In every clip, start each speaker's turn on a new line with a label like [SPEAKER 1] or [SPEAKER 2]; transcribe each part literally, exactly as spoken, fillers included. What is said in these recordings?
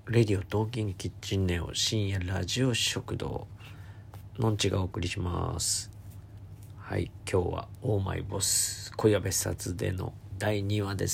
[SPEAKER 1] レディオトーキンキッチンネオ深夜ラジオ食堂のんちがお送りします。はい、今日はオーマイボス小矢部殺でのだいにわです。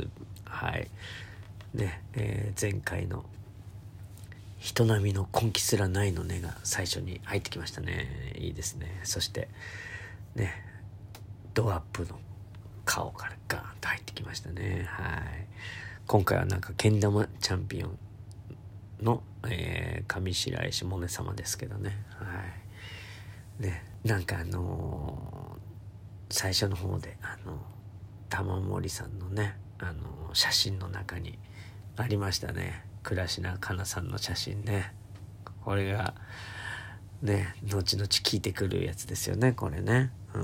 [SPEAKER 1] はいね、えー、前回の人並みの根気すらないのねが最初に入ってきましたね。いいですね。そしてね、ドアップの顔からガーンと入ってきましたね。はい、今回はなんかけん玉チャンピオンの、えー、上白石萌音様ですけどね。はいね、なんかあのー、最初の方であの玉森さんのね、あのー、写真の中にありましたね。倉科香菜さんの写真ね。これがね、後々聞いてくるやつですよね。これね、うん、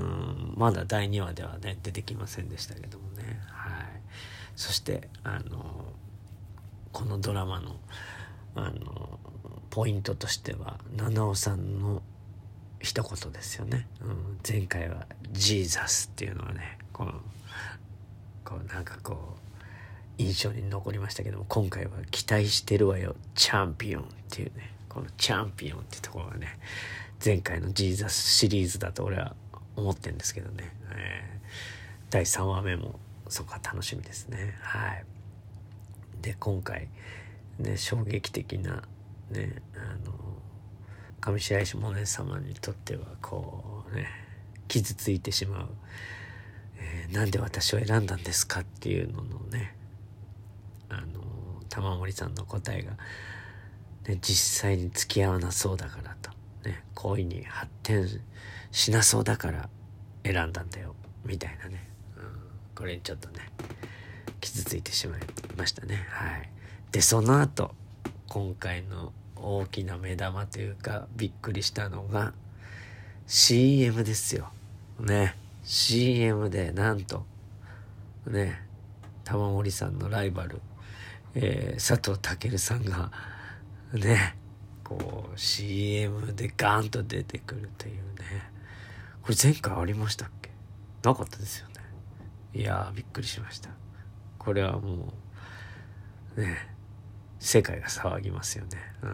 [SPEAKER 1] まだだいにわではね出てきませんでしたけどもね。はい、そしてあのこのドラマのあのポイントとしては七尾さんの一言ですよね。うん、前回はジーザスっていうのはね、このこうなんかこう印象に残りましたけども、今回は期待してるわよチャンピオンっていうね、このチャンピオンっていうところがね、前回のジーザスシリーズだと俺は思ってるんですけどね、えー、だいさんわめもそこは楽しみですね。はい。で今回ね、衝撃的なね、あの上白石萌音様にとってはこうね、傷ついてしまう、えー、なんで私を選んだんですかっていうののね、あの玉森さんの答えが、ね、実際に付き合わなそうだからと、ね、恋に発展しなそうだから選んだんだよみたいなね、うん、これにちょっとね傷ついてしまいましたね。はい。でその後今回の大きな目玉というかびっくりしたのが シーエム ですよね。 シーエム でなんとね、玉森さんのライバル、えー、佐藤健さんがね、こう シーエム でガーンと出てくるというね、これ前回ありましたっけ？なかったですよね。いやーびっくりしました。これはもうね、世界が騒ぎますよね。うん、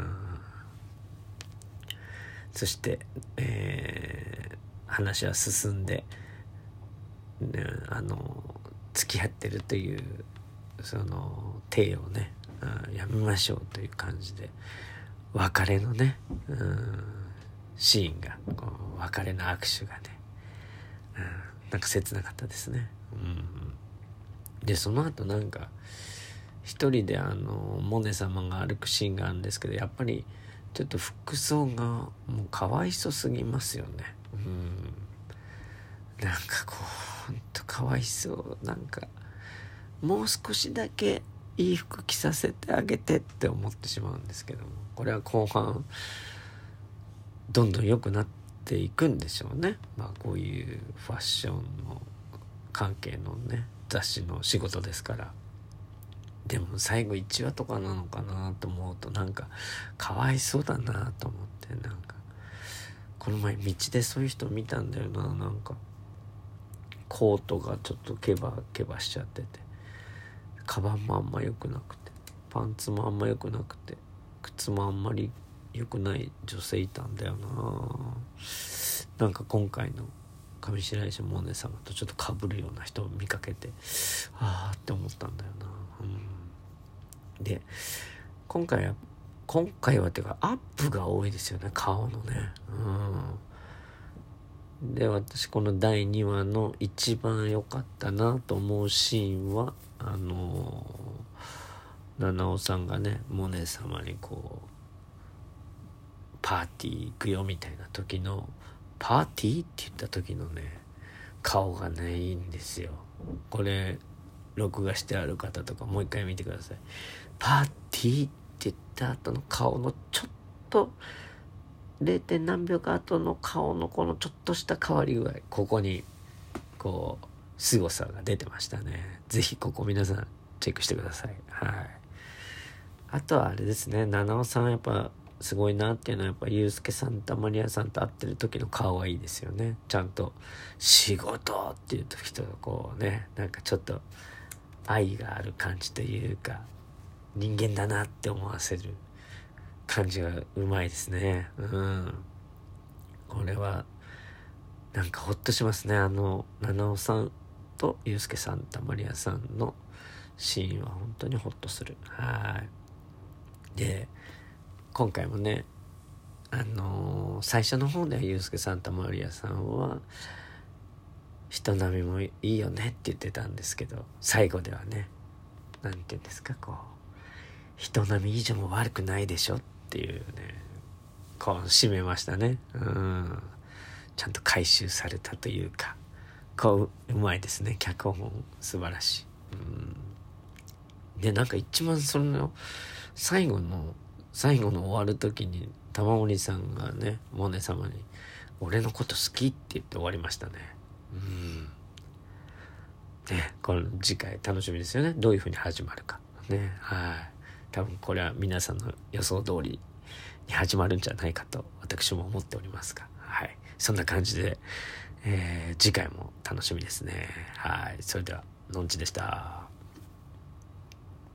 [SPEAKER 1] そして、えー、話は進んで、ね、あの付き合ってるというその体をね、うん、やめましょうという感じで別れのね、うん、シーンがこう別れの握手がね、うん、なんか切なかったですね。うん、でその後なんか一人であのモネ様が歩くシーンがあるんですけど、やっぱりちょっと服装がもうかわいそすぎますよね。うん、なんかこうほんとかわいそう。なんかもう少しだけいい服着させてあげてって思ってしまうんですけども、これは後半どんどん良くなっていくんでしょうね。まあこういうファッションの関係のね雑誌の仕事ですから。でも最後いちわとかなのかなと思うとなんかかわいそうだなと思って、なんかこの前道でそういう人見たんだよな。なんかコートがちょっとケバケバしちゃってて、カバンもあんま良くなくて、パンツもあんま良くなくて、靴もあんまり良くない女性いたんだよな。なんか今回の上白石萌音様とちょっと被るような人を見かけて、あーって思ったんだよな。うん、で今回は今回はっていうかアップが多いですよね、顔のね。うん、で私このだいにわの一番良かったなと思うシーンはあのー、七尾さんがね萌音様にこうパーティー行くよみたいな時のパーティーって言った時のね顔がねいいんですよ。これ録画してある方とかもう一回見てください。パーティーって言った後の顔のちょっと れい. 何秒か後の顔のこのちょっとした変わり具合、ここにこう凄さが出てましたね。ぜひここ皆さんチェックしてください。はい。あとはあれですね、七尾さんやっぱすごいなっていうのはやっぱユースケさんとマリアさんと会ってる時の顔がいいですよね。ちゃんと仕事っていう時とこうね、なんかちょっと愛がある感じというか人間だなって思わせる感じがうまいですね。うん。これはなんかほっとしますね。あの七尾さんとユうスケ・サンタマリアさんのシーンは本当にほっとする。はい。で、今回もね、あのー、最初の方ではユうスケ・サンタマリアさんは人並みもいいよねって言ってたんですけど、最後ではね、なんて言うんですか、こう人並み以上も悪くないでしょっていうね、こう締めましたね。うん、ちゃんと回収されたというか、こううまいですね。脚本素晴らしい。うん、でなんか一番その最後の最後の終わる時に玉森さんがね、モネ様に俺のこと好きって言って終わりましたね。うんね、この次回楽しみですよね。どういう風に始まるかね。はい。多分これは皆さんの予想通りに始まるんじゃないかと私も思っておりますが、はい。そんな感じで、えー、次回も楽しみですね。はい。それではのんちでした。